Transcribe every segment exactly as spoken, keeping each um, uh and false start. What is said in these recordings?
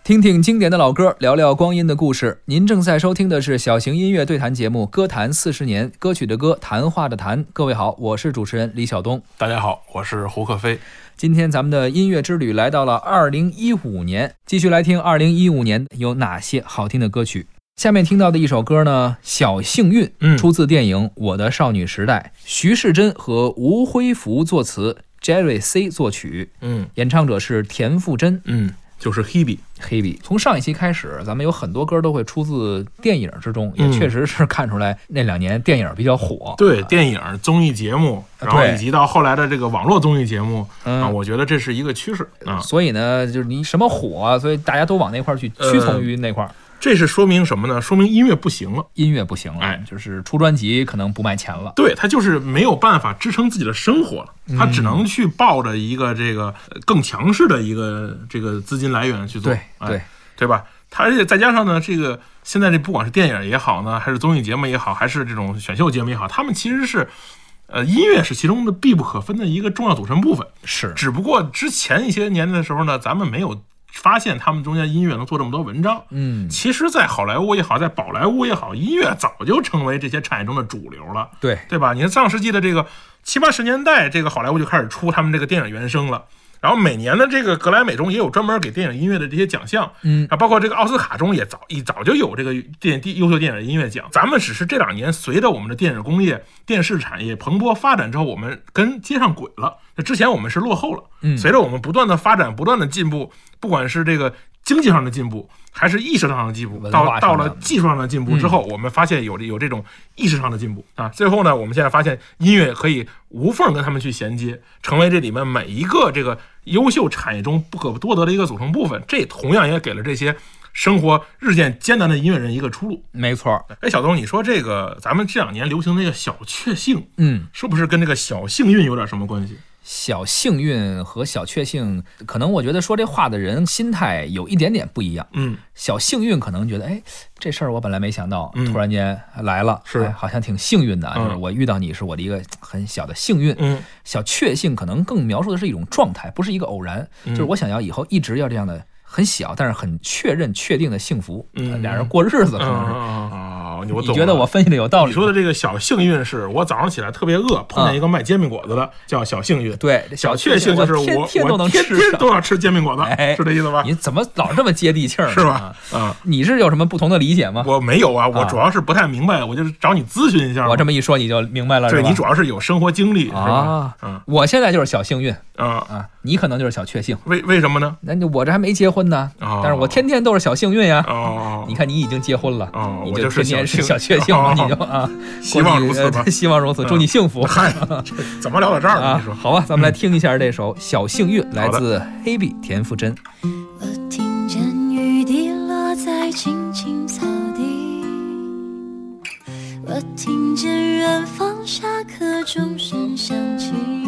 听听经典的老歌，聊聊光阴的故事。您正在收听的是小型音乐对谈节目《歌坛四十年》，歌曲的歌，谈话的谈。各位好，我是主持人李晓东。 大家好，我是胡克飞。 今天咱们的音乐之旅来到了二零一五年，继续来听二零一五年有哪些好听的歌曲。下面听到的一首歌呢，《小幸运》， 嗯， 出自电影《我的少女时代》，徐世珍和吴辉福作词，Jerry C 作曲， 嗯， 演唱者是田馥甄， 嗯，就是 Hebe。 Hebe。从上一期开始，咱们有很多歌都会出自电影之中，也确实是看出来那两年电影比较火。 对，电影、综艺节目，然后以及到后来的这个网络综艺节目啊，我觉得这是一个趋势啊。 所以呢，就是你什么火啊，所以大家都往那块去屈从于那块。 这是说明什么呢？说明音乐不行了， 音乐不行了， 哎， 就是出专辑可能不卖钱了。 对，他就是没有办法支撑自己的生活了，他只能去抱着一个这个更强势的一个这个资金来源去做， 对对、 哎、对吧？他而且再加上呢，这个现在这不管是电影也好呢，还是综艺节目也好，还是这种选秀节目也好，他们其实是。呃，音乐是其中的必不可分的一个重要组成部分， 是。 只不过之前一些年的时候呢，咱们没有发现他们中间音乐能做这么多文章。 嗯， 其实，在好莱坞也好，在宝莱坞也好，音乐早就成为这些产业中的主流了。 对， 对吧？你看上世纪的这个七八十年代，这个好莱坞就开始出他们这个电影原声了。然后每年的这个格莱美中也有专门给电影音乐的这些奖项， 嗯， 啊，包括这个奥斯卡中也早一早就有这个电影优秀电影音乐奖。咱们只是这两年随着我们的电影工业、电视产业蓬勃发展之后，我们跟接上轨了。那之前我们是落后了， 嗯， 随着我们不断的发展、不断的进步，不管是这个经济上的进步，还是意识上的进步，到到了技术上的进步之后，嗯、我们发现有有这种意识上的进步啊。最后呢，我们现在发现音乐可以无缝跟他们去衔接，成为这里面每一个这个优秀产业中不可多得的一个组成部分。这同样也给了这些生活日渐艰难的音乐人一个出路。 没错。 哎，小东，你说这个咱们这两年流行那个小确幸， 嗯， 是不是跟这个小幸运有点什么关系？ 小幸运和小确幸，可能我觉得说这话的人心态有一点点不一样。 嗯， 小幸运可能觉得，哎，这事儿我本来没想到， 嗯、 突然间来了， 是、 哎，好像挺幸运的， 嗯、 就是我遇到你是我的一个很小的幸运。 嗯， 小确幸可能更描述的是一种状态，不是一个偶然， 嗯、 就是我想要以后一直要这样的很小但是很确认确定的幸福， 嗯， 俩人过日子可能是。 啊、嗯，哦、你觉得我分析的有道理？ 你说的这个小幸运是我早上起来特别饿，碰见一个卖煎饼果子的，叫小幸运。 对， 小确幸就是我天天都能吃， 天天都要吃煎饼果子， 哎， 是这意思吧？ 你怎么老这么接地气儿？ 是吧？啊， 你是有什么不同的理解吗？ 我没有啊，我主要是不太明白，我就是找你咨询一下。 我这么一说你就明白了， 对，你主要是有生活经历啊。嗯，我现在就是小幸运啊啊，你可能就是小确幸。 为为什么呢？ 那我这还没结婚呢，但是我天天都是小幸运呀。 哦， 你看你已经结婚了， 哦， 你就天天是小确幸了，你就啊， 希望如此吧， 希望如此，祝你幸福。 嗨，怎么聊到这儿了？你说好吧，咱们来听一下这首《小幸运》，来自 Hebe 田馥甄。 我听见雨滴落在青青草地，我听见远方下课钟声响起，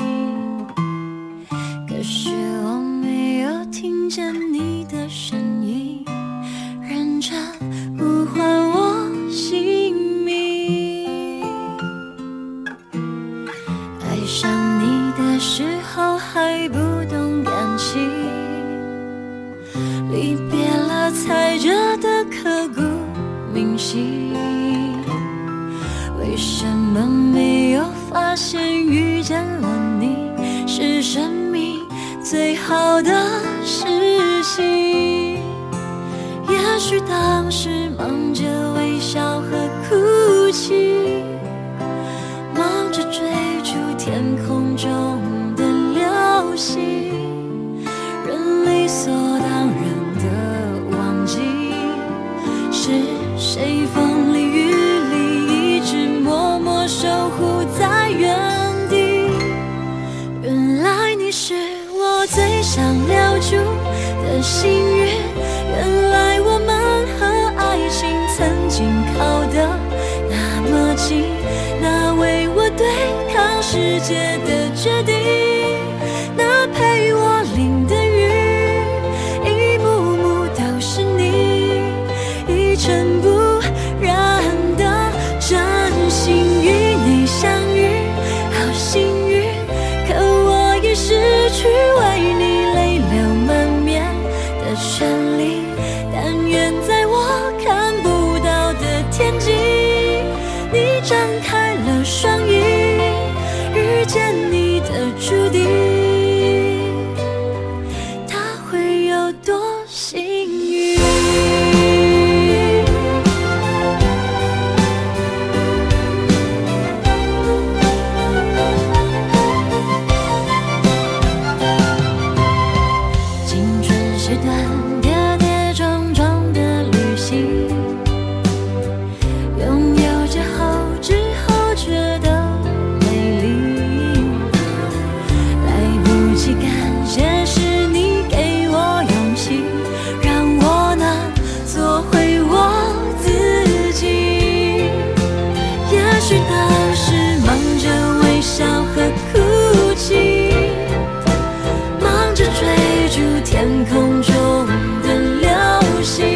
可是我没有听见你的声音，认真呼唤我姓名。爱上你的时候还不懂感情，离别了才觉得刻骨铭心。为什么没有发现遇见了你是生命最好的事情？也许当时忙着微笑和哭泣，忙着追逐天空中的流星，人理所当然的忘记是谁风里雨里一直默默守护在原地。原来你是我最想留住的幸运，原来我们和爱情曾经靠得那么近，那为我对抗世界的决定，那陪我淋的雨，一幕幕都是你，一尘不染的真心与你相遇，好幸运，可我已失去为你泪流满面的权利。 心。